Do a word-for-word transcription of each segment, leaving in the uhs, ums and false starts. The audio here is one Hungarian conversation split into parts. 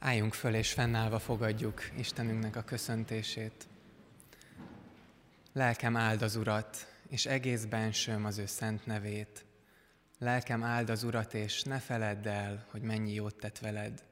Álljunk föl és fennállva fogadjuk Istenünknek a köszöntését. Lelkem áld az Urat, és egész bensőm az ő szent nevét. Lelkem áld az Urat, és ne feledd el, hogy mennyi jót tett veled.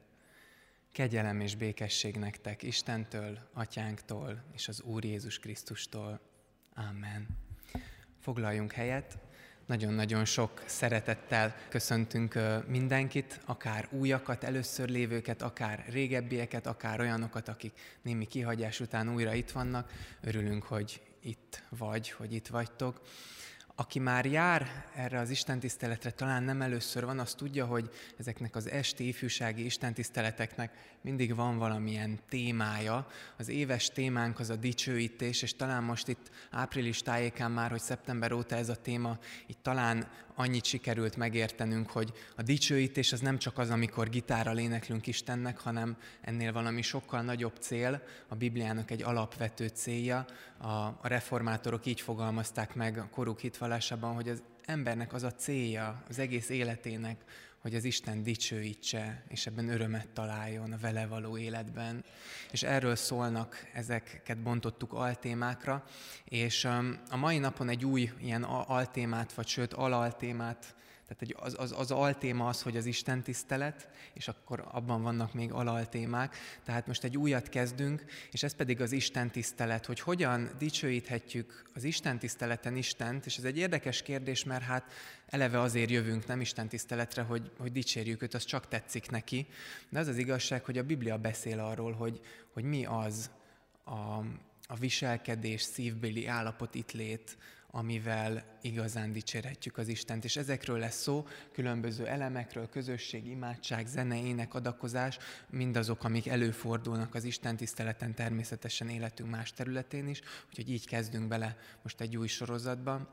Kegyelem és békesség nektek Istentől, Atyánktól és az Úr Jézus Krisztustól. Amen. Foglaljunk helyet. Nagyon-nagyon sok szeretettel köszöntünk mindenkit, akár újakat, először lévőket, akár régebbieket, akár olyanokat, akik némi kihagyás után újra itt vannak. Örülünk, hogy itt vagy, hogy itt vagytok. Aki már jár erre az istentiszteletre, talán nem először van, az tudja, hogy ezeknek az esti ifjúsági istentiszteleteknek mindig van valamilyen témája. Az éves témánk az a dicsőítés, és talán most itt április tájékán már, hogy szeptember óta ez a téma, itt talán annyit sikerült megértenünk, hogy a dicsőítés az nem csak az, amikor gitárral éneklünk Istennek, hanem ennél valami sokkal nagyobb cél, a Bibliának egy alapvető célja. A, a reformátorok így fogalmazták meg a koruk hitvallásában, hogy az embernek az a célja, az egész életének, hogy az Isten dicsőítse, és ebben örömet találjon a vele való életben. És erről szólnak, ezeket bontottuk altémákra, és a mai napon egy új ilyen altémát, vagy sőt alaltémát, tehát az, az, az altéma az, hogy az istentisztelet, és akkor abban vannak még alaltémák. Tehát most egy újat kezdünk, és ez pedig az istentisztelet, hogy hogyan dicsőíthetjük az istentiszteleten Istent, és ez egy érdekes kérdés, mert hát eleve azért jövünk nem istentiszteletre, hogy, hogy dicsérjük őt, az csak tetszik neki. De az az igazság, hogy a Biblia beszél arról, hogy, hogy mi az a, a viselkedés, szívbéli állapot, ittlét, amivel igazán dicsérhetjük az Istent. És ezekről lesz szó, különböző elemekről, közösség, imádság, zene, ének, adakozás, mindazok, amik előfordulnak az istentiszteleten, természetesen életünk más területén is, úgyhogy így kezdünk bele most egy új sorozatban.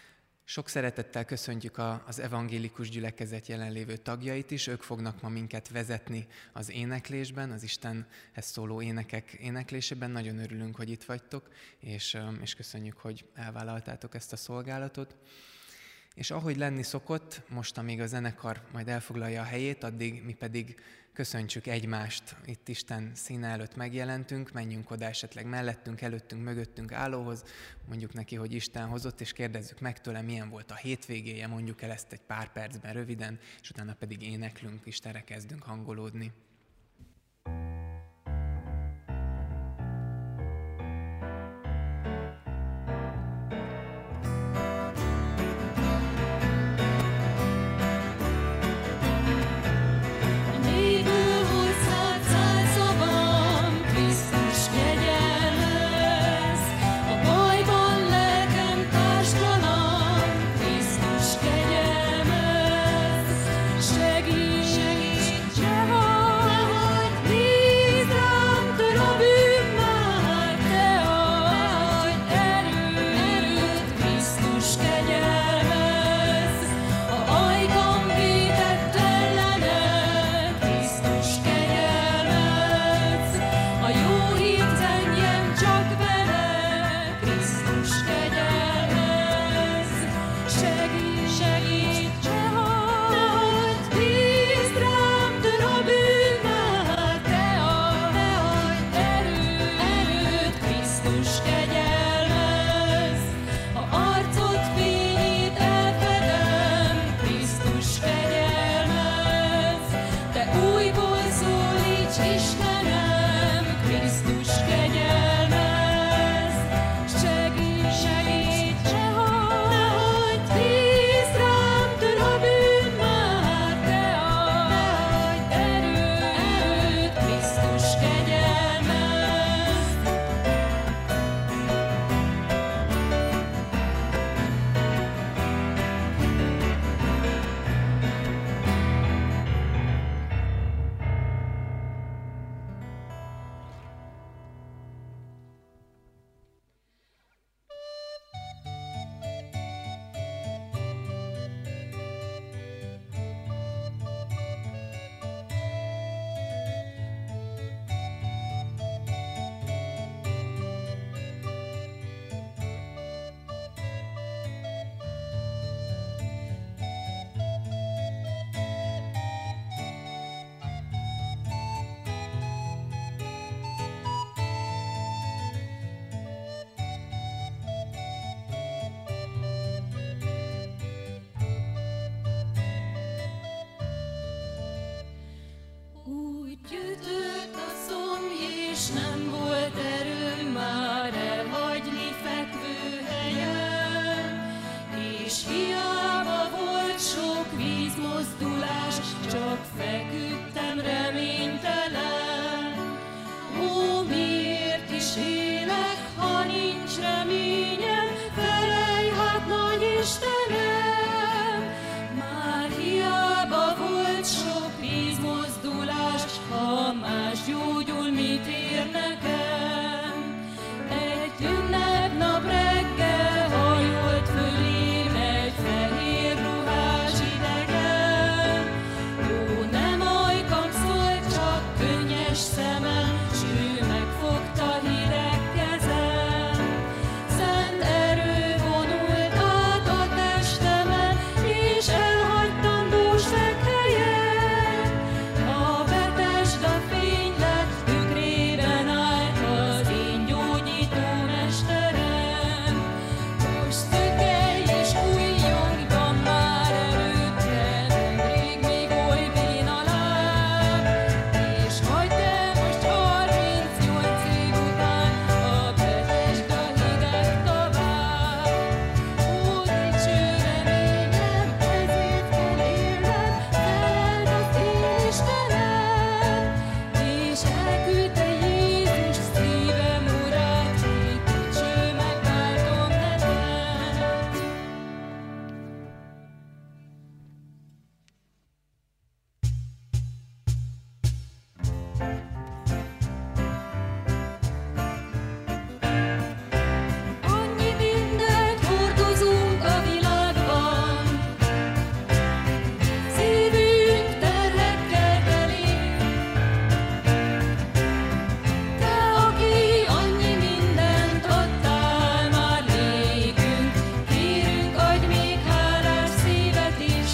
Sok szeretettel köszöntjük az evangélikus gyülekezet jelenlévő tagjait is, ők fognak ma minket vezetni az éneklésben, az Istenhez szóló énekek éneklésében. Nagyon örülünk, hogy itt vagytok, és, és köszönjük, hogy elvállaltátok ezt a szolgálatot. És ahogy lenni szokott, most, amíg a zenekar majd elfoglalja a helyét, addig mi pedig köszöntsük egymást. Itt Isten színe előtt megjelentünk, menjünk oda esetleg mellettünk, előttünk, mögöttünk állóhoz, mondjuk neki, hogy Isten hozott, és kérdezzük meg tőle, milyen volt a hétvégéje, mondjuk el ezt egy pár percben röviden, és utána pedig éneklünk, Istenre kezdünk hangolódni. Segíts, Jehova! Gyűjtött a szomj, és nem volt erőm már elhagyni fekvő helyem, és hiába volt sok vízmozdulás, csak feküdtem reménytelen. Ó, miért is élek, ha nincs reményem, felej hát nagy Istenem! Már hiába volt sok vízmozdulás, ha más gyógyul, mit ér nekem? Egy ünnepnap reggel hajolt fölém egy fehér ruhás idegen. Ó, nem ajkam szólt, csak könnyes szemem, s ő megfogta hideg kezem. Szent erő vonult át a testemen, és elhagytam bús szekhelyen. A Betesda fény lett tükrében állt az én gyógyító mesterem. Most szökkelj és újjongtam már előtte, nemrég még oly béna láb, és hagyd el most harmincnyolc év után a Betesda hideg tovább. Ó, dicső reményem, ezért kell élnem, feleld az én Istenem, és elküldte Jézus szívem urát, így dicső megváltom neved. Annyi mindent hordozunk a világban, szívünk terhekkel teli. Te, aki annyi mindent adtál már nékünk, kérünk, adj még hálás szívet is.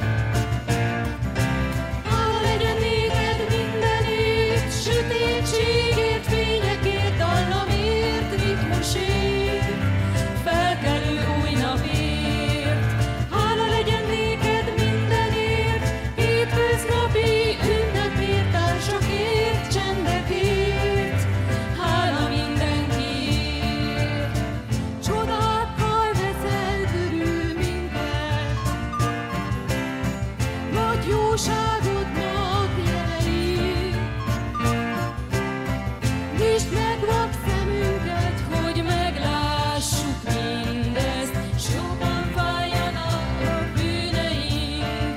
Hála legyen néked mindenért, sötétségért, fényekért, dallamért, ritmusért, felkelő új napért. Hála legyen néked mindenért, hétköznapi ünnepért, társakért, csendekért. Hála mindenkiért, csodákkal veszel körül minket. Nagy jóságodnak jelei, nyisd meg vak szemünket, hogy meglássuk mindezt, s jobban fájjanak a bűneink.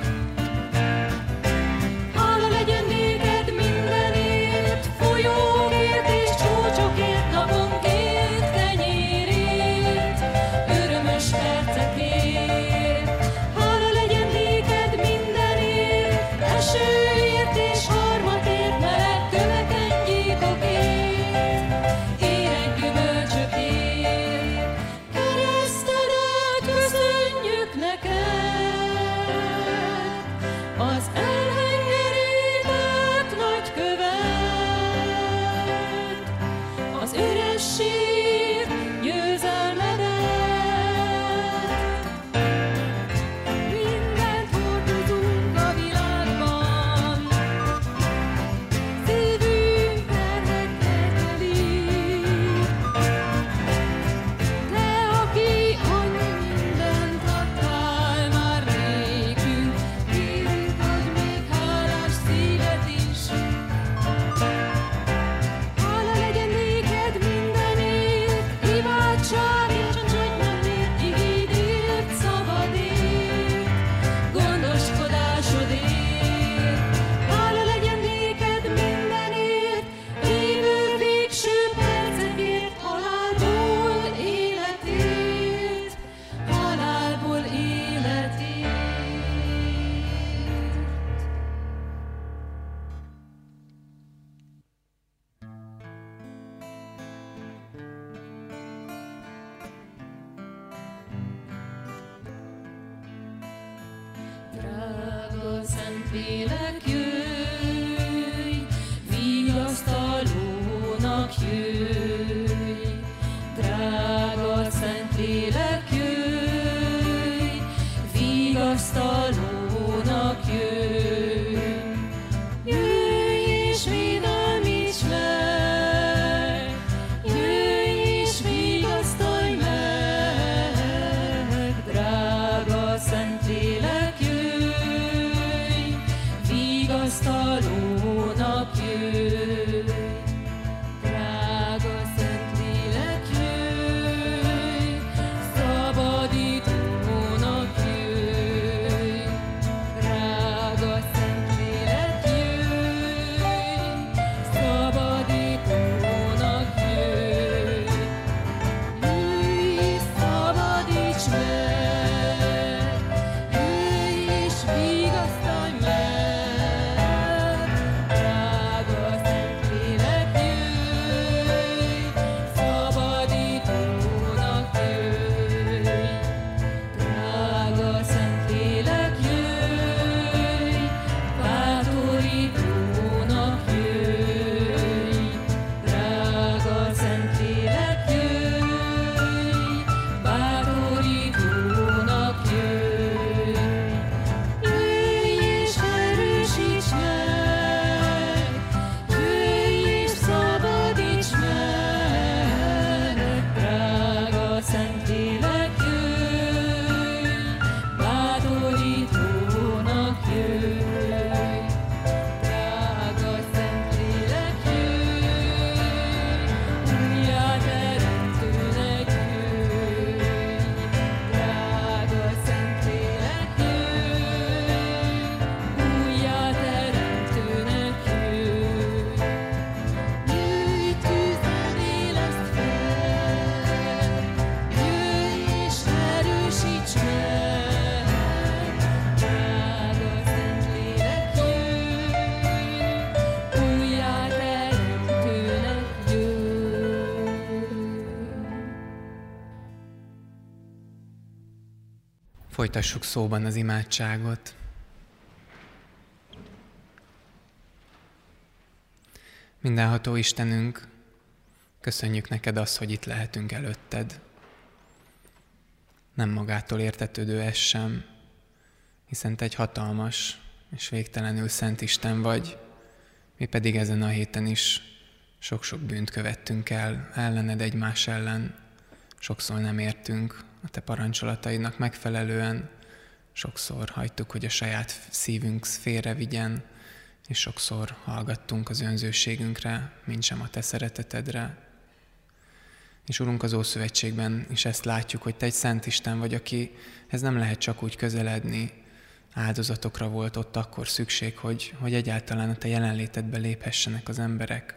Hála legyen néked mindenért, folyókért és csúcsokért, naponként kenyérért, örömös percekért. Hála legyen néked mindenért, esőért és harmatért, meleg köveken, gyíkokért, éreg gyümölcsökért. Keresztedet köszönjük neked, az elhengerített nagy követ, az üresség győzelmedet. Mindent hordozunk a világban, szívünk terhekkel teli. Te, aki annyi mindent adtál már nékünk, kérünk, adj még hálás szívet is. Hála legyen néked mindenért, imádságért, csontnyomért, igédért, szavadért, gondoskodásodért. Hála legyen néked mindenért, évő végső percekért, halálból életért, halálból életért. Drága Szentlélek, jöjj, vigasztalónak jöjj. Drága Szentlélek, jöjj, vigasztalónak jöjj. Jöjj és Folytassuk szóban az imádságot. Mindenható Istenünk, köszönjük neked azt, hogy itt lehetünk előtted. Nem magától értetődő ez sem, hiszen te egy hatalmas és végtelenül szent Isten vagy, mi pedig ezen a héten is sok-sok bűnt követtünk el ellened, egymás ellen. Sokszor nem értünk a te parancsolataidnak megfelelően, sokszor hagytuk, hogy a saját szívünk félre vigyen, és sokszor hallgattunk az önzőségünkre, mintsem a te szeretetedre. És Urunk, az Ószövetségben is ezt látjuk, hogy te egy szent Isten vagy, akihez nem lehet csak úgy közeledni. Áldozatokra volt ott akkor szükség, hogy, hogy egyáltalán a te jelenlétedbe léphessenek az emberek.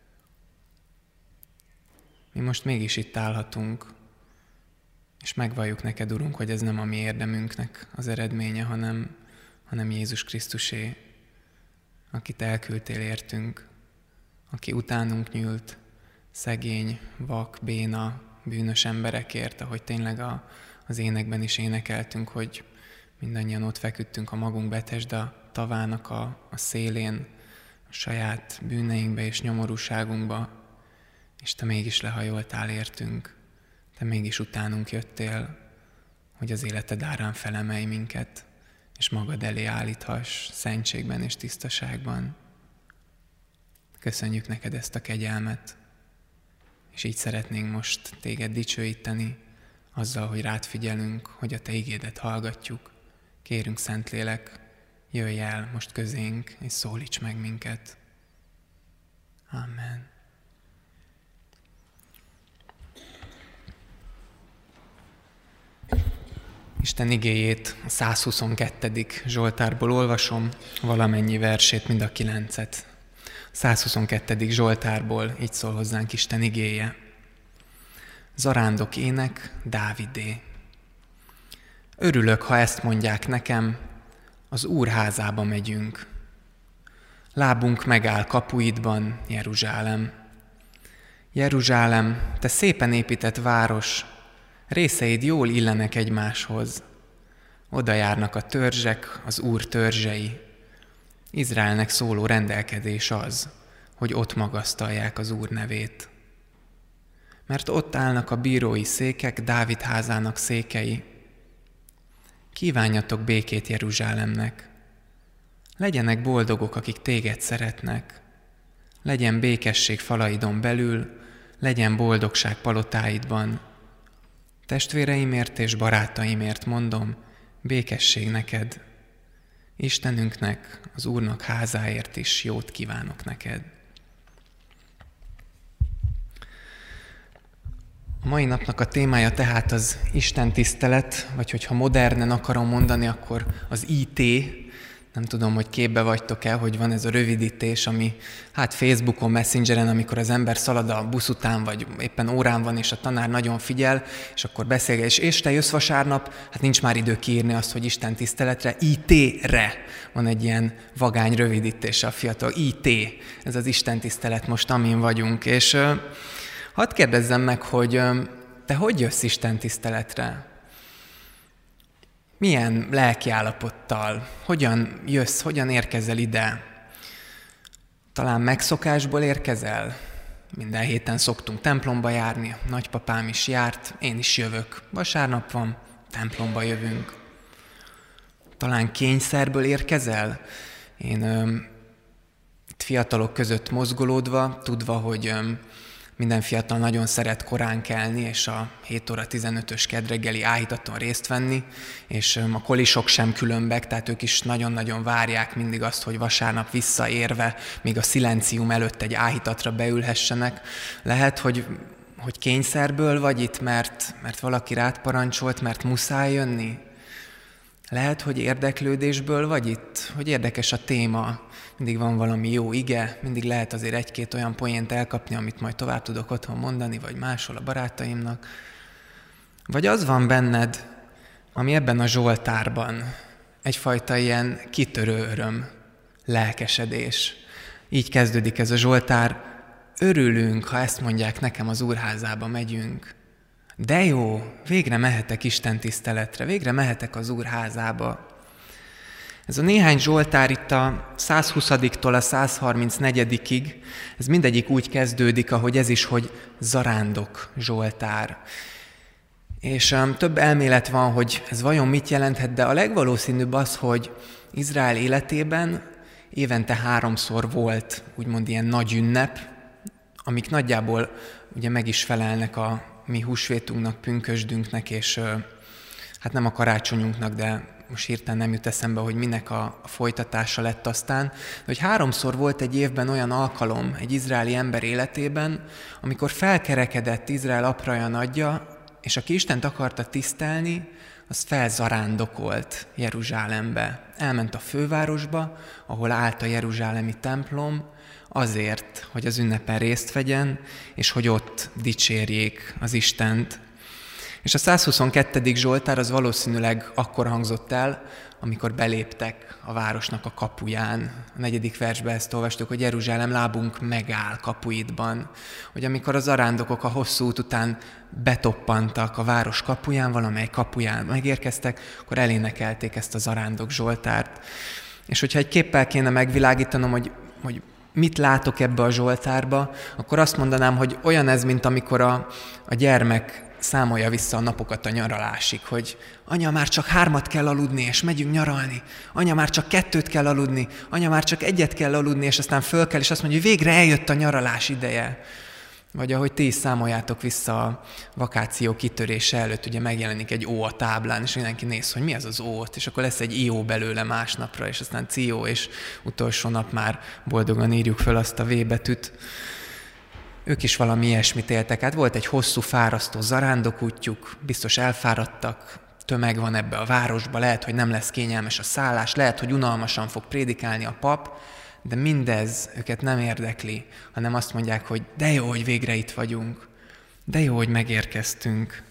Mi most mégis itt állhatunk, és megvalljuk neked, Urunk, hogy ez nem a mi érdemünknek az eredménye, hanem, hanem Jézus Krisztusé, akit elküldtél értünk, aki utánunk nyúlt, szegény, vak, béna, bűnös emberekért, ahogy tényleg a, az énekben is énekeltünk, hogy mindannyian ott feküdtünk a magunk betesda tavának a, a szélén, a saját bűneinkbe és nyomorúságunkba, és te mégis lehajoltál értünk, te mégis utánunk jöttél, hogy az életed árán felemelj minket, és magad elé állíthass szentségben és tisztaságban. Köszönjük neked ezt a kegyelmet, és így szeretnénk most téged dicsőíteni, azzal, hogy rád figyelünk, hogy a te igédet hallgatjuk. Kérünk, Szentlélek, jöjj el most közénk, és szólíts meg minket. Amen. Isten igéjét a száz huszonkettő Zsoltárból olvasom, valamennyi versét, mind a kilencet. A száz huszonkettő Zsoltárból így szól hozzánk Isten igéje. Zarándok ének, Dávidé. Örülök, ha ezt mondják nekem, az Úr házába megyünk. Lábunk megáll kapuidban, Jeruzsálem. Jeruzsálem, te szépen épített város, részeid jól illenek egymáshoz. Oda járnak a törzsek, az Úr törzsei. Izraelnek szóló rendelkezés az, hogy ott magasztalják az Úr nevét. Mert ott állnak a bírói székek, Dávid házának székei. Kívánjatok békét Jeruzsálemnek. Legyenek boldogok, akik téged szeretnek. Legyen békesség falaidon belül, legyen boldogság palotáidban. Testvéreimért és barátaimért mondom, békesség neked. Istenünknek, az Úrnak házáért is jót kívánok neked. A mai napnak a témája tehát az Isten tisztelet, vagy hogyha modernen akarom mondani, akkor az í té. Nem tudom, hogy képbe vagytok-e, hogy van ez a rövidítés, ami hát Facebookon, Messengeren, amikor az ember szalad a busz után, vagy éppen órán van, és a tanár nagyon figyel, és akkor beszélget, és, és te jössz vasárnap, hát nincs már idő kiírni azt, hogy Isten tiszteletre, í té-re van egy ilyen vagány rövidítése a fiatal, í té, ez az Isten tisztelet most, amin vagyunk. És uh, hadd kérdezzem meg, hogy uh, te hogy jössz Isten tiszteletre? Milyen lelkiállapottal, hogyan jössz, hogyan érkezel ide? Talán megszokásból érkezel? Minden héten szoktunk templomba járni, nagypapám is járt, én is jövök. Vasárnap van, templomba jövünk. Talán kényszerből érkezel? Én ö, fiatalok között mozgolódva, tudva, hogy ö, minden fiatal nagyon szeret korán kelni, és a hét óra tizenötös kedreggeli áhítaton részt venni, és a kolisok sem különbek, tehát ők is nagyon-nagyon várják mindig azt, hogy vasárnap visszaérve, még a szilencium előtt egy áhítatra beülhessenek. Lehet, hogy, hogy kényszerből vagy itt, mert, mert valaki rád parancsolt, mert muszáj jönni? Lehet, hogy érdeklődésből vagy itt, hogy érdekes a téma, mindig van valami jó ige, mindig lehet azért egy-két olyan poént elkapni, amit majd tovább tudok otthon mondani, vagy máshol a barátaimnak. Vagy az van benned, ami ebben a Zsoltárban egyfajta ilyen kitörő öröm, lelkesedés. Így kezdődik ez a Zsoltár, örülünk, ha ezt mondják nekem, az Úr házába megyünk. De jó, végre mehetek Isten tiszteletre, végre mehetek az Úr házába. Ez a néhány zsoltár itt a százhuszadiktól a százharmincnegyedikig, ez mindegyik úgy kezdődik, ahogy ez is, hogy zarándok zsoltár. És um, több elmélet van, hogy ez vajon mit jelenthet, de a legvalószínűbb az, hogy Izrael életében évente háromszor volt úgymond ilyen nagy ünnep, amik nagyjából ugye meg is felelnek a mi húsvétunknak, pünkösdünknek, és uh, hát nem a karácsonyunknak, de most hirtelen nem jut eszembe, hogy minek a folytatása lett aztán, de hogy háromszor volt egy évben olyan alkalom egy izraeli ember életében, amikor felkerekedett Izrael apraja nagyja, és aki Istent akarta tisztelni, az felzarándokolt Jeruzsálembe. Elment a fővárosba, ahol állt a jeruzsálemi templom, azért, hogy az ünnepen részt vegyen, és hogy ott dicsérjék az Istent. És a százhuszonkettedik zsoltár az valószínűleg akkor hangzott el, amikor beléptek a városnak a kapuján. A negyedik versben ezt olvastuk, hogy Jeruzsálem lábunk megáll kapuidban. Hogy amikor az zarándokok a hosszú út után betoppantak a város kapuján, valamely kapuján megérkeztek, akkor elénekelték ezt a zarándok zsoltárt. És hogyha egy képpel kéne megvilágítanom, hogy, hogy mit látok ebbe a zsoltárba, akkor azt mondanám, hogy olyan ez, mint amikor a, a gyermek számolja vissza a napokat a nyaralásig, hogy anya, már csak hármat kell aludni, és megyünk nyaralni. Anya, már csak kettőt kell aludni. Anya, már csak egyet kell aludni, és aztán föl kell, és azt mondja, hogy végre eljött a nyaralás ideje. Vagy ahogy ti is számoljátok vissza a vakáció kitörése előtt, ugye megjelenik egy ó a táblán, és mindenki néz, hogy mi az az ó, és akkor lesz egy ió belőle másnapra, és aztán ció, és utolsó nap már boldogan írjuk föl azt a V betűt. Ők is valami ilyesmit éltek át. Volt egy hosszú, fárasztó zarándokútjuk, biztos elfáradtak, tömeg van ebbe a városba, lehet, hogy nem lesz kényelmes a szállás, lehet, hogy unalmasan fog prédikálni a pap, de mindez őket nem érdekli, hanem azt mondják, hogy de jó, hogy végre itt vagyunk, de jó, hogy megérkeztünk.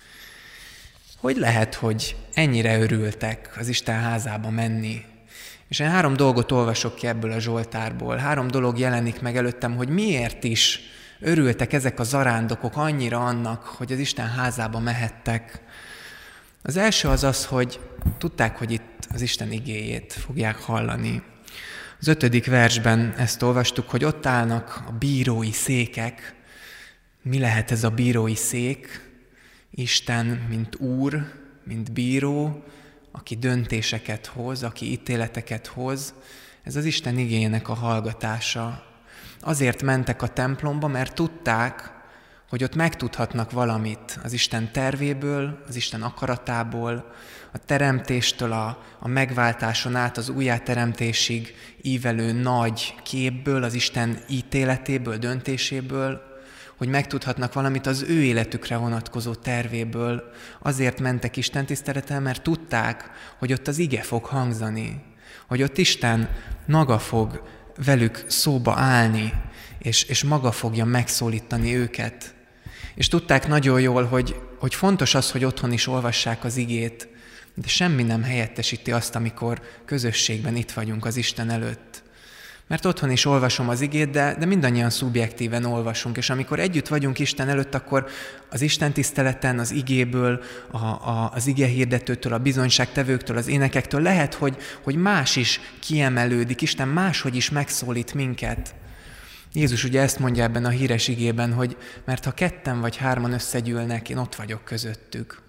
Hogy lehet, hogy ennyire örültek az Isten házába menni? És én három dolgot olvasok ki ebből a zsoltárból. Három dolog jelenik meg előttem, hogy miért is örültek ezek a zarándokok annyira annak, hogy az Isten házába mehettek. Az első az az, hogy tudták, hogy itt az Isten igéjét fogják hallani. Az ötödik versben ezt olvastuk, hogy ott állnak a bírói székek. Mi lehet ez a bírói szék? Isten, mint Úr, mint bíró, aki döntéseket hoz, aki ítéleteket hoz. Ez az Isten igéjének a hallgatása. Azért mentek a templomba, mert tudták, hogy ott megtudhatnak valamit az Isten tervéből, az Isten akaratából, a teremtéstől a, a megváltáson át az újjáteremtésig ívelő nagy képből, az Isten ítéletéből, döntéséből, hogy megtudhatnak valamit az ő életükre vonatkozó tervéből. Azért mentek Isten tiszteletre, mert tudták, hogy ott az ige fog hangzani, hogy ott Isten maga fog velük szóba állni, és, és maga fogja megszólítani őket. És tudták nagyon jól, hogy, hogy fontos az, hogy otthon is olvassák az igét, de semmi nem helyettesíti azt, amikor közösségben itt vagyunk az Isten előtt. Mert otthon is olvasom az igét, de, de mindannyian szubjektíven olvasunk, és amikor együtt vagyunk Isten előtt, akkor az Isten tiszteleten, az igéből, a, a, az ige hirdetőtől, a bizonyságtevőktől, az énekektől lehet, hogy, hogy más is kiemelődik, Isten máshogy is megszólít minket. Jézus ugye ezt mondja ebben a híres igében, hogy mert ha ketten vagy hárman összegyűlnek, én ott vagyok közöttük.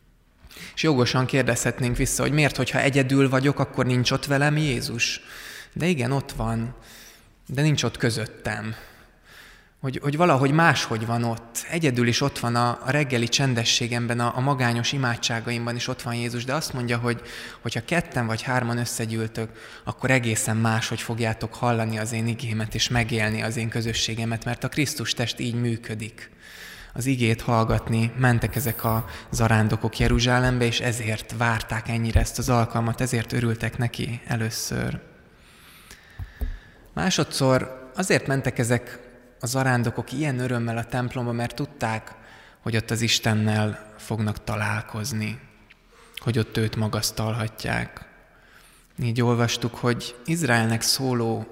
És jogosan kérdezhetnénk vissza, hogy miért, hogyha egyedül vagyok, akkor nincs ott velem Jézus? De igen, ott van, de nincs ott közöttem. Hogy, hogy valahogy máshogy van ott. Egyedül is ott van a, a reggeli csendességemben, a, a magányos imádságaimban is ott van Jézus, de azt mondja, hogy hogyha ketten vagy hárman összegyűltök, akkor egészen máshogy fogjátok hallani az én igémet és megélni az én közösségemet, mert a Krisztus test így működik. Az igét hallgatni mentek ezek a zarándokok Jeruzsálembe, és ezért várták ennyire ezt az alkalmat, ezért örültek neki először. Másodszor azért mentek ezek a zarándokok ilyen örömmel a templomba, mert tudták, hogy ott az Istennel fognak találkozni, hogy ott őt magasztalhatják. Így olvastuk, hogy Izraelnek szóló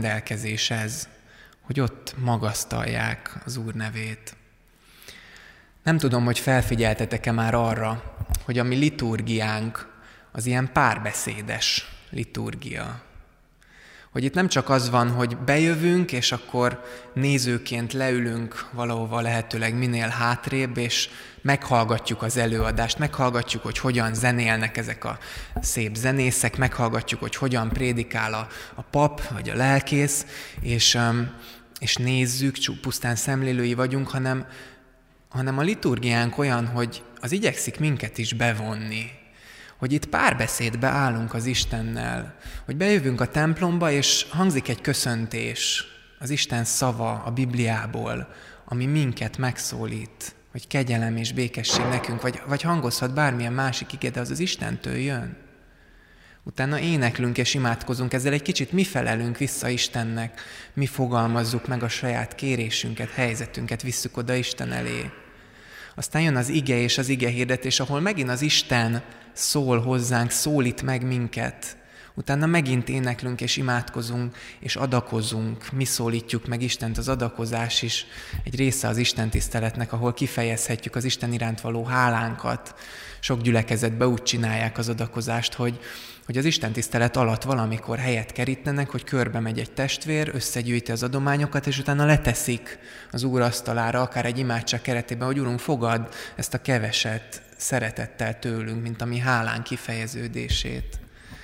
rendelkezés ez, hogy ott magasztalják az Úr nevét. Nem tudom, hogy felfigyeltetek-e már arra, hogy a mi liturgiánk az ilyen párbeszédes liturgia. Hogy itt nem csak az van, hogy bejövünk, és akkor nézőként leülünk valahova lehetőleg minél hátrébb, és meghallgatjuk az előadást, meghallgatjuk, hogy hogyan zenélnek ezek a szép zenészek, meghallgatjuk, hogy hogyan prédikál a, a pap, vagy a lelkész, és, és nézzük, pusztán szemlélői vagyunk, hanem, hanem a liturgiánk olyan, hogy az igyekszik minket is bevonni. Hogy itt párbeszédbe állunk az Istennel, hogy bejövünk a templomba, és hangzik egy köszöntés, az Isten szava a Bibliából, ami minket megszólít, hogy kegyelem és békesség nekünk, vagy, vagy hangozhat bármilyen másik ige, de az az Istentől jön. Utána éneklünk és imádkozunk, ezzel egy kicsit mi felelünk vissza Istennek, mi fogalmazzuk meg a saját kérésünket, helyzetünket, visszük oda Isten elé. Aztán jön az ige és az ige hirdetés, ahol megint az Isten szól hozzánk, szólít meg minket. Utána megint éneklünk és imádkozunk és adakozunk. Mi szólítjuk meg Istent, az adakozás is egy része az Isten tiszteletnek, ahol kifejezhetjük az Isten iránt való hálánkat. Sok gyülekezetben úgy csinálják az adakozást, hogy, hogy az Isten tisztelet alatt valamikor helyet kerítenek, hogy körbe megy egy testvér, összegyűjti az adományokat, és utána leteszik az Úr asztalára, akár egy imádság keretében, hogy Urunk, fogad ezt a keveset szeretettel tőlünk, mint a mi hálán kifejeződését.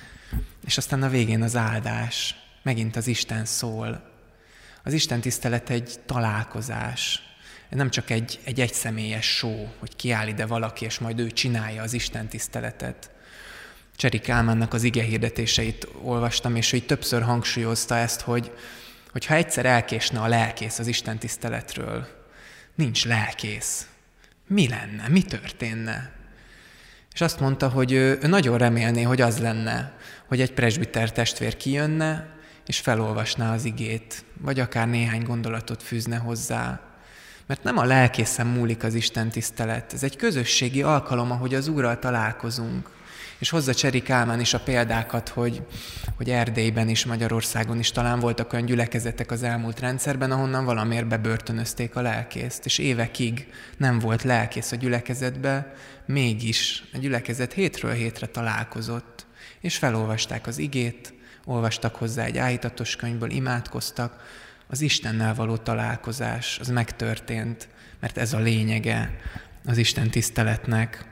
És aztán a végén az áldás, megint az Isten szól. Az Isten tisztelet egy találkozás. Nem csak egy, egy egyszemélyes show, hogy kiáll ide valaki, és majd ő csinálja az Isten tiszteletet. Cseri Kálmánnak az ige hirdetéseit olvastam, és ő így többször hangsúlyozta ezt, hogy, hogy ha egyszer elkésne a lelkész az Isten tiszteletről, nincs lelkész. Mi lenne? Mi történne? És azt mondta, hogy ő, ő nagyon remélné, hogy az lenne, hogy egy presbiter testvér kijönne, és felolvasná az igét, vagy akár néhány gondolatot fűzne hozzá. Mert nem a lelkészen múlik az Isten tisztelet. Ez egy közösségi alkalom, ahogy az Úrral találkozunk. És hozza Cseri Kálmán is a példákat, hogy, hogy Erdélyben is, Magyarországon is talán voltak olyan gyülekezetek az elmúlt rendszerben, ahonnan valamiért bebörtönözték a lelkészt. És évekig nem volt lelkész a gyülekezetbe, mégis a gyülekezet hétről hétre találkozott. És felolvasták az igét, olvastak hozzá egy áhítatos könyvből, imádkoztak. Az Istennel való találkozás, az megtörtént, mert ez a lényege az Isten tiszteletnek.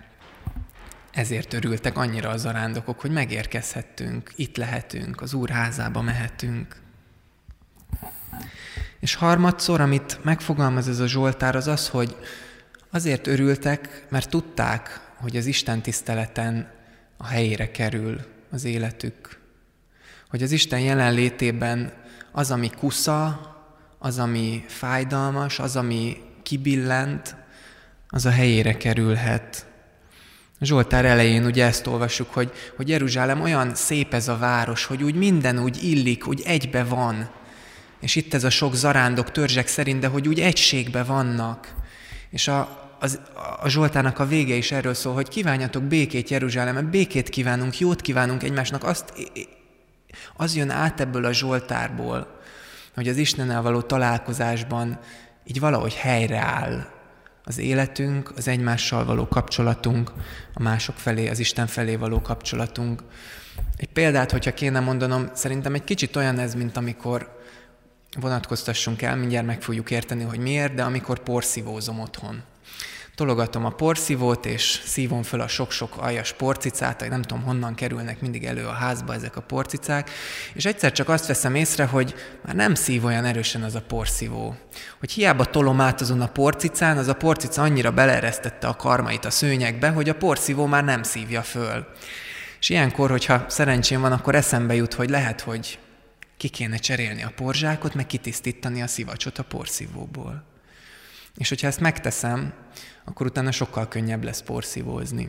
Ezért örültek annyira a zarándokok, hogy megérkezhettünk, itt lehetünk, az Úr házába mehetünk. És harmadszor, amit megfogalmaz ez a Zsoltár, az az, hogy azért örültek, mert tudták, hogy az Isten tiszteleten a helyére kerül az életük. Hogy az Isten jelenlétében az, ami kusza, az, ami fájdalmas, az, ami kibillent, az a helyére kerülhet. A Zsoltár elején ugye ezt olvassuk, hogy, hogy Jeruzsálem olyan szép ez a város, hogy úgy minden úgy illik, úgy egybe van. És itt ez a sok zarándok törzsek szerint, de hogy úgy egységbe vannak. És a, az, a Zsoltárnak a vége is erről szól, hogy kívánjatok békét Jeruzsálemben, békét kívánunk, jót kívánunk egymásnak. Azt, az jön át ebből a Zsoltárból, hogy az Istennel való találkozásban így valahogy helyreáll az életünk, az egymással való kapcsolatunk, a mások felé, az Isten felé való kapcsolatunk. Egy példát, hogyha kéne mondanom, szerintem egy kicsit olyan ez, mint amikor vonatkoztassunk el, mindjárt meg fogjuk érteni, hogy miért, de amikor porszívózom otthon. Tologatom a porszívót, és szívom föl a sok-sok aljas porcicát, hogy nem tudom, honnan kerülnek mindig elő a házba ezek a porcicák, és egyszer csak azt veszem észre, hogy már nem szív olyan erősen az a porszívó. Hogy hiába tolom át azon a porcicán, az a porcica annyira beleeresztette a karmait a szőnyegbe, hogy a porszívó már nem szívja föl. És ilyenkor, hogyha szerencsém van, akkor eszembe jut, hogy lehet, hogy ki kéne cserélni a porzsákot, meg kitisztítani a szivacsot a porszívóból. És hogyha ezt megteszem, akkor utána sokkal könnyebb lesz porszívózni.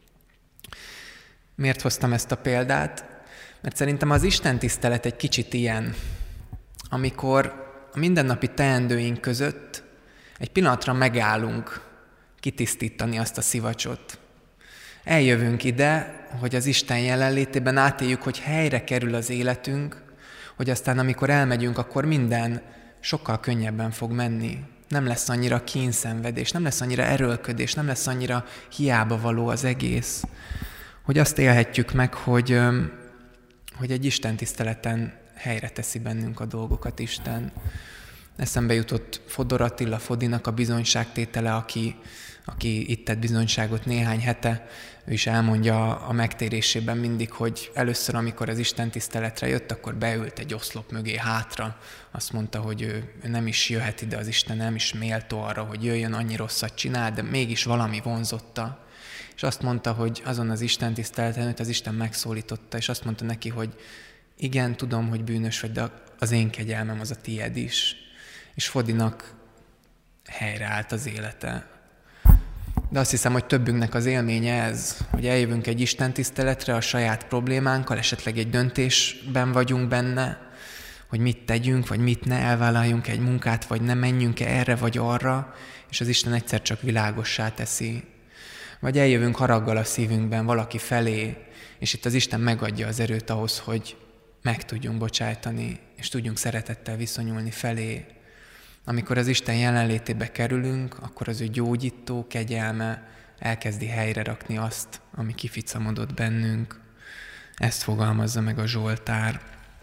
Miért hoztam ezt a példát? Mert szerintem az Isten tisztelet egy kicsit ilyen, amikor a mindennapi teendőink között egy pillanatra megállunk kitisztítani azt a szivacsot. Eljövünk ide, hogy az Isten jelenlétében átéljük, hogy helyre kerül az életünk, hogy aztán amikor elmegyünk, akkor minden sokkal könnyebben fog menni. nem lesz annyira kínszenvedés, nem lesz annyira erőlködés, nem lesz annyira hiába való az egész, hogy azt élhetjük meg, hogy, hogy egy Isten tiszteleten helyre teszi bennünk a dolgokat Isten. Eszembe jutott Fodor Attila Fodinak a bizonyságtétele, aki, aki itt tett bizonyságot néhány hete. Ő is elmondja a megtérésében mindig, hogy először, amikor az Isten tiszteletre jött, akkor beült egy oszlop mögé hátra. Azt mondta, hogy ő, ő nem is jöhet ide, az Isten nem is méltó arra, hogy jöjjön, annyi rosszat csinál, de mégis valami vonzotta. És azt mondta, hogy azon az Isten tiszteleten őt az Isten megszólította, és azt mondta neki, hogy igen, tudom, hogy bűnös vagy, de az én kegyelmem az a tied is. És Fodinak helyreállt az élete. De azt hiszem, hogy többünknek az élménye ez, hogy eljövünk egy istentiszteletre a saját problémánkkal, esetleg egy döntésben vagyunk benne, hogy mit tegyünk, vagy mit ne, elvállaljunk egy munkát, vagy ne menjünk-e erre, vagy arra, és az Isten egyszer csak világossá teszi. Vagy eljövünk haraggal a szívünkben valaki felé, és itt az Isten megadja az erőt ahhoz, hogy meg tudjunk bocsájtani, és tudjunk szeretettel viszonyulni felé. Amikor az Isten jelenlétébe kerülünk, akkor az ő gyógyító kegyelme elkezdi helyre rakni azt, ami kificamodott bennünk. Ezt fogalmazza meg a Zsoltár.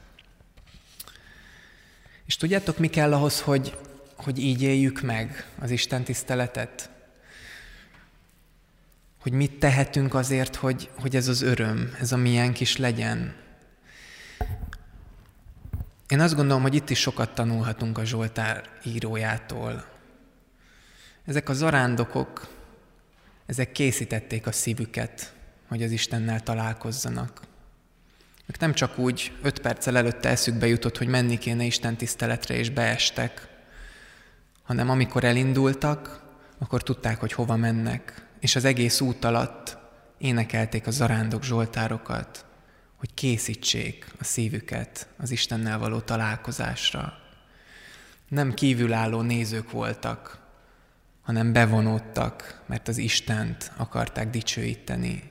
És tudjátok, mi kell ahhoz, hogy, hogy így éljük meg az Isten tiszteletet? Hogy mit tehetünk azért, hogy, hogy ez az öröm, ez a miénk is legyen? Én azt gondolom, hogy itt is sokat tanulhatunk a Zsoltár írójától. Ezek a zarándokok, ezek készítették a szívüket, hogy az Istennel találkozzanak. Ők nem csak úgy öt perccel előtte eszükbe jutott, hogy menni kéne Isten tiszteletre, és beestek, hanem amikor elindultak, akkor tudták, hogy hova mennek. És az egész út alatt énekelték a zarándok zsoltárokat, hogy készítsék a szívüket az Istennel való találkozásra. Nem kívülálló nézők voltak, hanem bevonódtak, mert az Istent akarták dicsőíteni.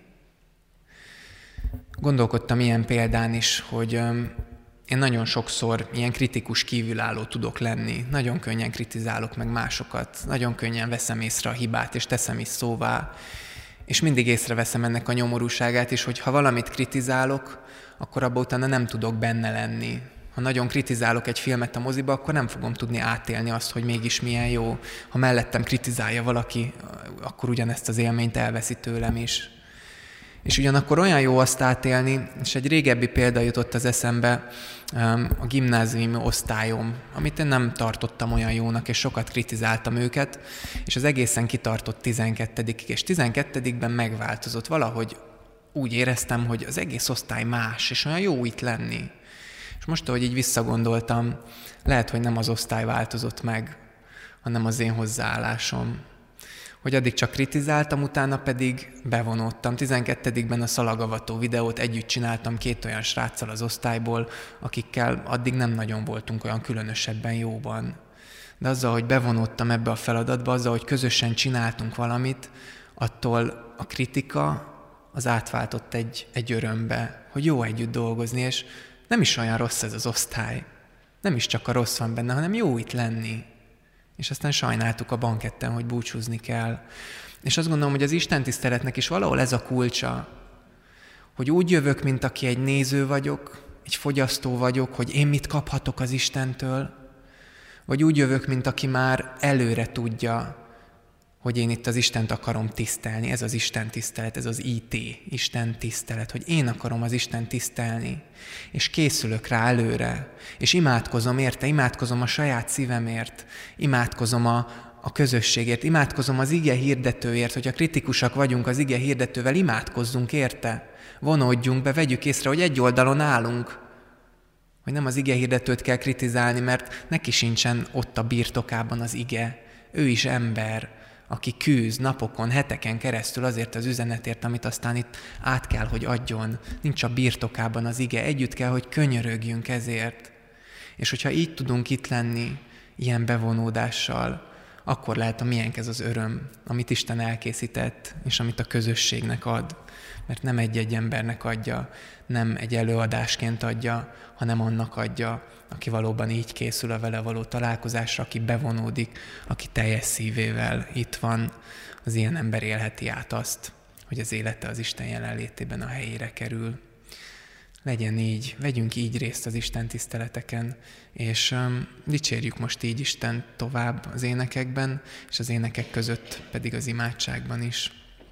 Gondolkodtam ilyen példán is, hogy um, én nagyon sokszor ilyen kritikus kívülálló tudok lenni. Nagyon könnyen kritizálok meg másokat, nagyon könnyen veszem észre a hibát, és teszem is szóvá. És mindig észreveszem ennek a nyomorúságát is, hogy ha valamit kritizálok, akkor abban utána nem tudok benne lenni. Ha nagyon kritizálok egy filmet a moziba, akkor nem fogom tudni átélni azt, hogy mégis milyen jó. Ha mellettem kritizálja valaki, akkor ugyanezt az élményt elveszi tőlem is. És ugyanakkor olyan jó azt átélni, és egy régebbi példa jutott az eszembe, a gimnáziumi osztályom, amit én nem tartottam olyan jónak, és sokat kritizáltam őket, és az egészen kitartott tizenkettedikig, és tizenkettedikben megváltozott. Valahogy úgy éreztem, hogy az egész osztály más, és olyan jó itt lenni. És most, ahogy így visszagondoltam, lehet, hogy nem az osztály változott meg, hanem az én hozzáállásom. Hogy addig csak kritizáltam, utána pedig bevonódtam. tizenkettedikben a szalagavató videót együtt csináltam két olyan sráccal az osztályból, akikkel addig nem nagyon voltunk olyan különösebben jóban. De azzal, hogy bevonódtam ebbe a feladatba, azzal, hogy közösen csináltunk valamit, attól a kritika az átváltott egy, egy örömbe, hogy jó együtt dolgozni, és nem is olyan rossz ez az osztály. Nem is csak a rossz van benne, hanem jó itt lenni. És aztán sajnáltuk a banketten, hogy búcsúzni kell. És azt gondolom, hogy az istentiszteletnek is valahol ez a kulcsa, hogy úgy jövök, mint aki egy néző vagyok, egy fogyasztó vagyok, hogy én mit kaphatok az Istentől, vagy úgy jövök, mint aki már előre tudja, hogy én itt az Istent akarom tisztelni, ez az Isten tisztelet, ez az í té, Isten tisztelet, hogy én akarom az Isten tisztelni, és készülök rá előre, és imádkozom érte, imádkozom a saját szívemért, imádkozom a, a közösségért, imádkozom az ige hirdetőért, hogyha kritikusak vagyunk az ige hirdetővel, imádkozzunk érte, vonódjunk be, vegyük észre, hogy egy oldalon állunk, hogy nem az ige hirdetőt kell kritizálni, mert neki sincsen ott a birtokában az ige, ő is ember, aki küzd napokon, heteken keresztül azért az üzenetért, amit aztán itt át kell, hogy adjon. Nincs a birtokában az ige, együtt kell, hogy könyörögjünk ezért. És hogyha így tudunk itt lenni, ilyen bevonódással, akkor lehet a miénk ez az öröm, amit Isten elkészített, és amit a közösségnek ad. Mert nem egy-egy embernek adja, nem egy előadásként adja, hanem annak adja, aki valóban így készül a vele való találkozásra, aki bevonódik, aki teljes szívével itt van. Az ilyen ember élheti át azt, hogy az élete az Isten jelenlétében a helyére kerül. Legyen így, vegyünk így részt az Isten tiszteleteken, és um, dicsérjük most így Isten tovább az énekekben, és az énekek között pedig az imádságban is.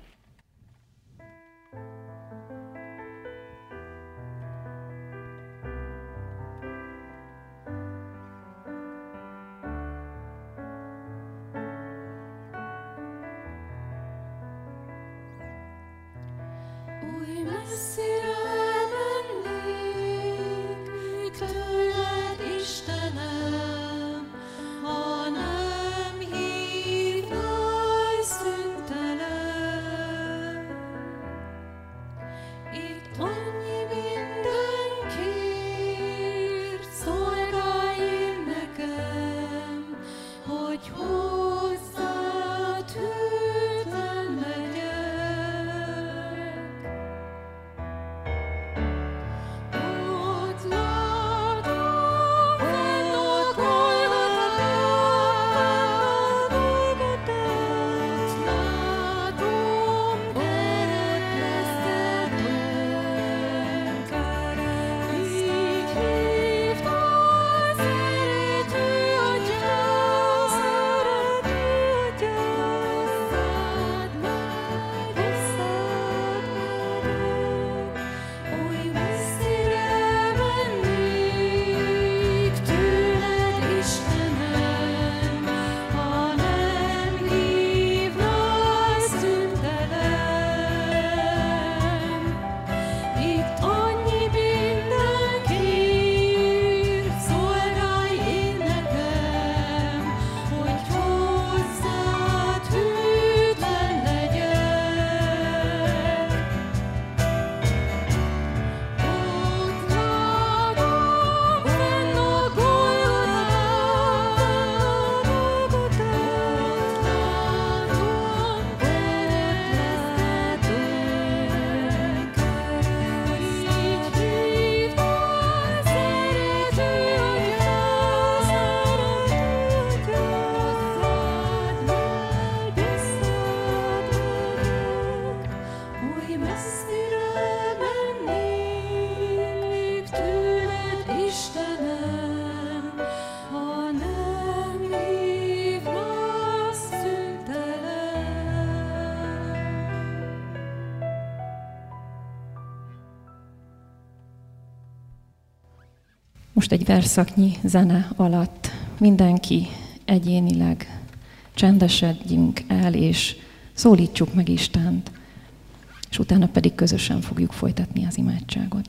Most egy versszaknyi zene alatt mindenki egyénileg csendesedjünk el, és szólítsuk meg Istent, és utána pedig közösen fogjuk folytatni az imádságot.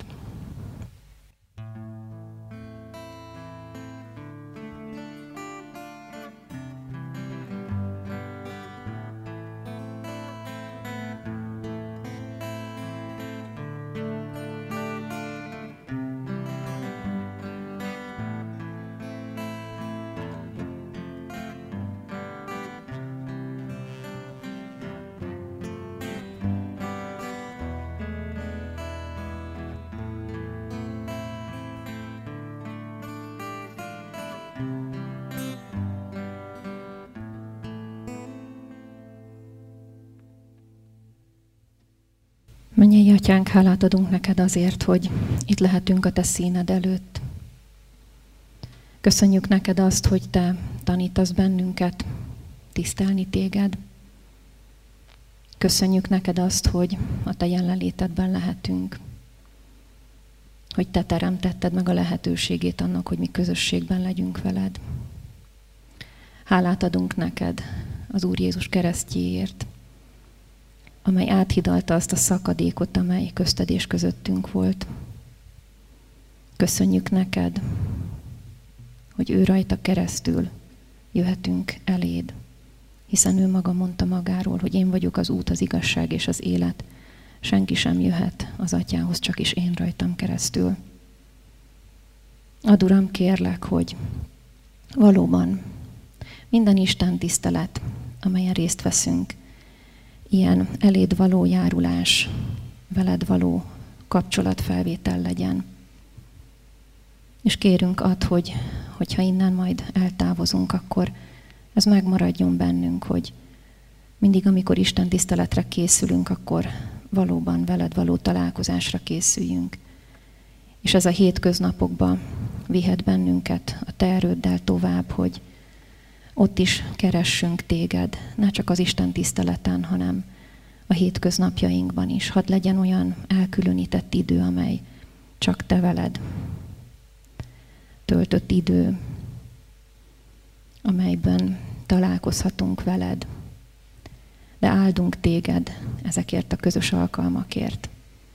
Mennyei Atyánk, hálát adunk neked azért, hogy itt lehetünk a te színed előtt. Köszönjük neked azt, hogy te tanítasz bennünket tisztelni téged. Köszönjük neked azt, hogy a te jelenlétedben lehetünk. Hogy te teremtetted meg a lehetőségét annak, hogy mi közösségben legyünk veled. Hálát adunk neked az Úr Jézus keresztjéért, amely áthidalta azt a szakadékot, amely közted és közöttünk volt. Köszönjük neked, hogy ő rajta keresztül jöhetünk eléd, hiszen ő maga mondta magáról, hogy én vagyok az út, az igazság és az élet. Senki sem jöhet az Atyához, csak is én rajtam keresztül. Add, Uram, kérlek, hogy valóban Minden Isten tisztelet, amelyen részt veszünk, ilyen eléd való járulás, veled való kapcsolatfelvétel legyen. És kérünk add, hogy, hogyha innen majd eltávozunk, akkor ez megmaradjon bennünk, hogy mindig, amikor Isten tiszteletre készülünk, akkor valóban veled való találkozásra készüljünk. És ez a hétköznapokban vihet bennünket a te erőddel tovább, hogy ott is keressünk téged, ne csak az Isten tiszteleten, hanem a hétköznapjainkban is. Hadd legyen olyan elkülönített idő, amely csak te veled töltött idő, amelyben találkozhatunk veled, de áldunk téged ezekért a közös alkalmakért,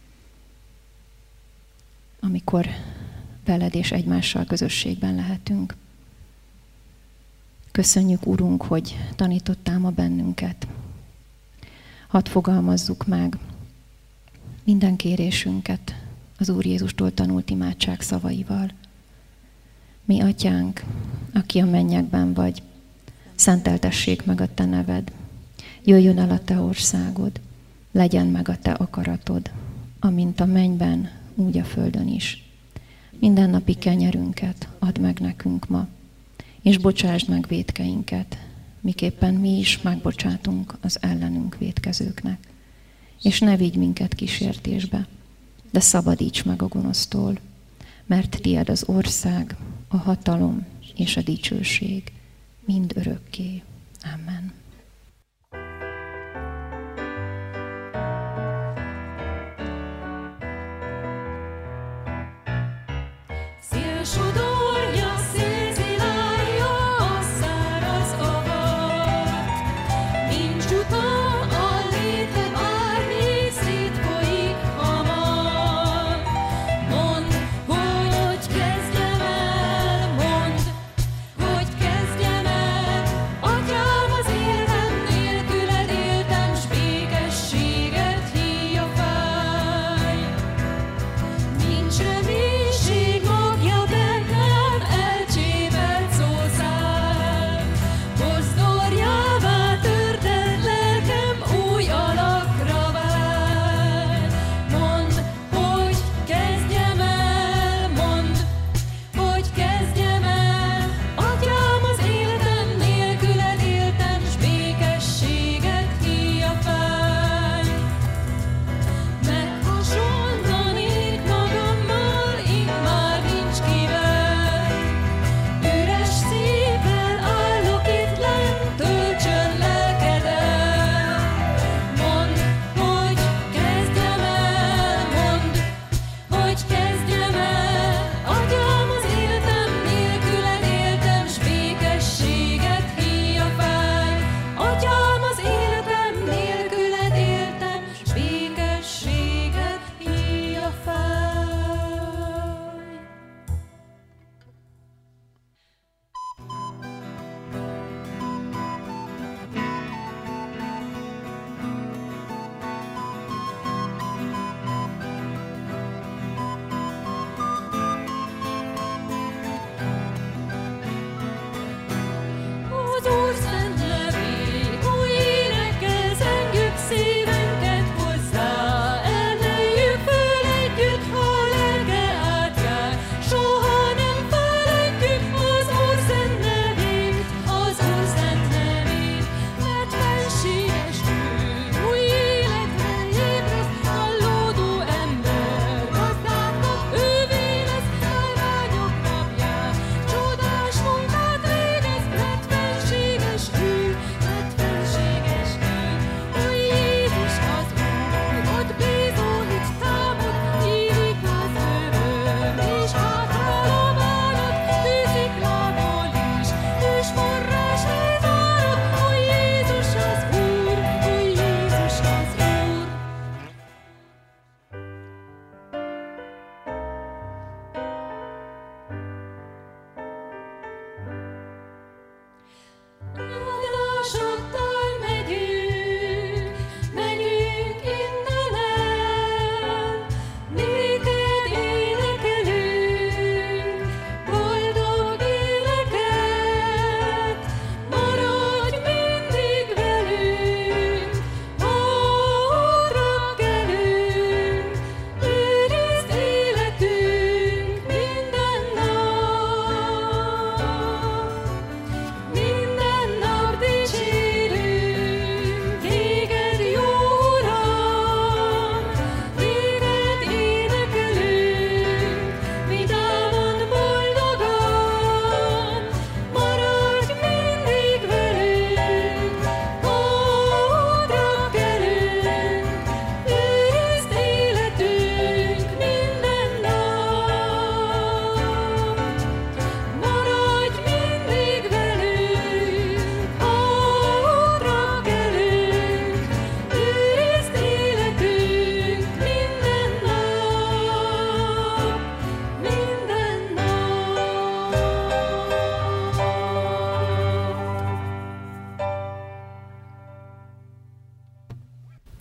amikor veled és egymással közösségben lehetünk. Köszönjük, Urunk, hogy tanítottál ma bennünket. Hadd fogalmazzuk meg minden kérésünket az Úr Jézustól tanult imádság szavaival. Mi Atyánk, aki a mennyekben vagy, szenteltessék meg a te neved. Jöjjön el a te országod, legyen meg a te akaratod, amint a mennyben, úgy a földön is. Mindennapi kenyerünket add meg nekünk ma, és bocsásd meg vétkeinket, miképpen mi is megbocsátunk az ellenünk vétkezőknek. És ne vigy minket kísértésbe, de szabadíts meg a gonosztól, mert tied az ország, a hatalom és a dicsőség mind örökké. Amen. Sodorja, szélzilálja a száraz avat. Nincs utam, a létem árnyék szétfolyik hamar. Mondd, hogy hogy kezdjem el, mondd, hogy kezdjem el, Atyám, az élet.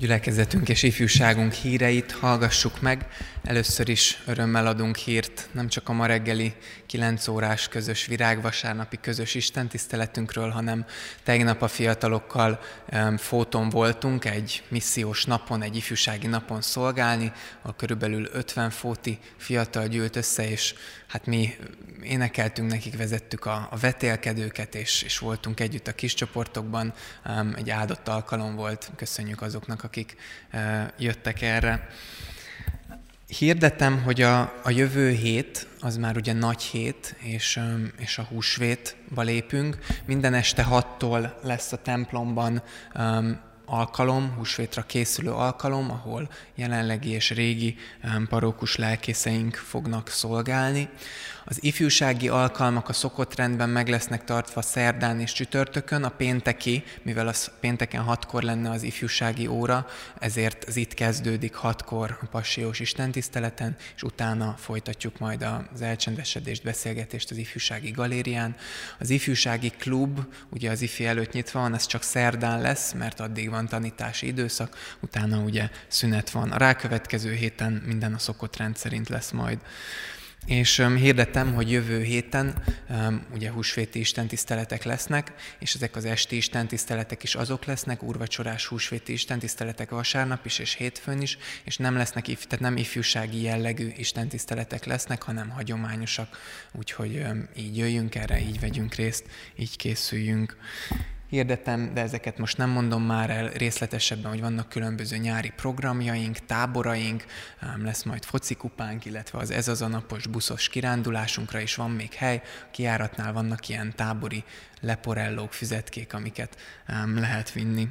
Gyülekezetünk és ifjúságunk híreit hallgassuk meg. Először is örömmel adunk hírt nem csak a ma reggeli kilenc órás közös virágvasárnapi közös istentiszteletünkről, hanem tegnap a fiatalokkal um, Fóton voltunk egy missziós napon, egy ifjúsági napon szolgálni, ahol körülbelül ötven fóti fiatal gyűlt össze, és hát mi énekeltünk nekik, vezettük a, a vetélkedőket, és, és voltunk együtt a kis csoportokban. Um, egy áldott alkalom volt, köszönjük azoknak, akik uh, jöttek erre. Hirdetem, hogy a, a jövő hét, az már ugye nagy hét, és, um, és a húsvétba lépünk. Minden este hattól lesz a templomban um, alkalom, húsvétra készülő alkalom, ahol jelenlegi és régi um, parókus lelkészeink fognak szolgálni. Az ifjúsági alkalmak a szokott rendben meg lesznek tartva szerdán és csütörtökön, a pénteki, mivel az pénteken hatkor lenne az ifjúsági óra, ezért az itt kezdődik hatkor a passiós istentiszteleten, és utána folytatjuk majd az elcsendesedést, beszélgetést az ifjúsági galérián. Az ifjúsági klub, ugye az ifi előtt nyitva van, az csak szerdán lesz, mert addig van tanítási időszak, utána ugye szünet van. A rákövetkező héten minden a szokott rend szerint lesz majd. És um, hirdetem, hogy jövő héten um, ugye húsvéti istentiszteletek lesznek, és ezek az esti istentiszteletek is azok lesznek, úrvacsorás húsvéti istentiszteletek vasárnap is és hétfőn is, és nem lesznek, tehát nem ifjúsági jellegű istentiszteletek lesznek, hanem hagyományosak, úgyhogy um, így jöjjünk erre, így vegyünk részt, így készüljünk. Hirdetem, de ezeket most nem mondom már el részletesebben, hogy vannak különböző nyári programjaink, táboraink, lesz majd focikupánk, illetve az ez az a napos buszos kirándulásunkra is van még hely. A kijáratnál vannak ilyen tábori leporellók, füzetkék, amiket lehet vinni.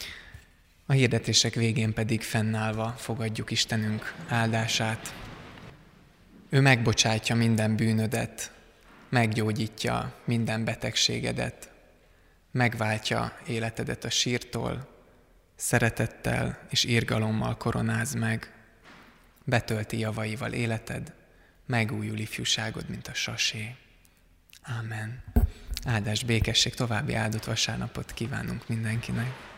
A hirdetések végén pedig fennállva fogadjuk Istenünk áldását. Ő megbocsátja minden bűnödet, meggyógyítja minden betegségedet, megváltja életedet a sírtól, szeretettel és irgalommal koronáz meg, betölti javaival életed, megújul ifjúságod, mint a sasé. Ámen. Áldás, békesség, további áldott vasárnapot kívánunk mindenkinek.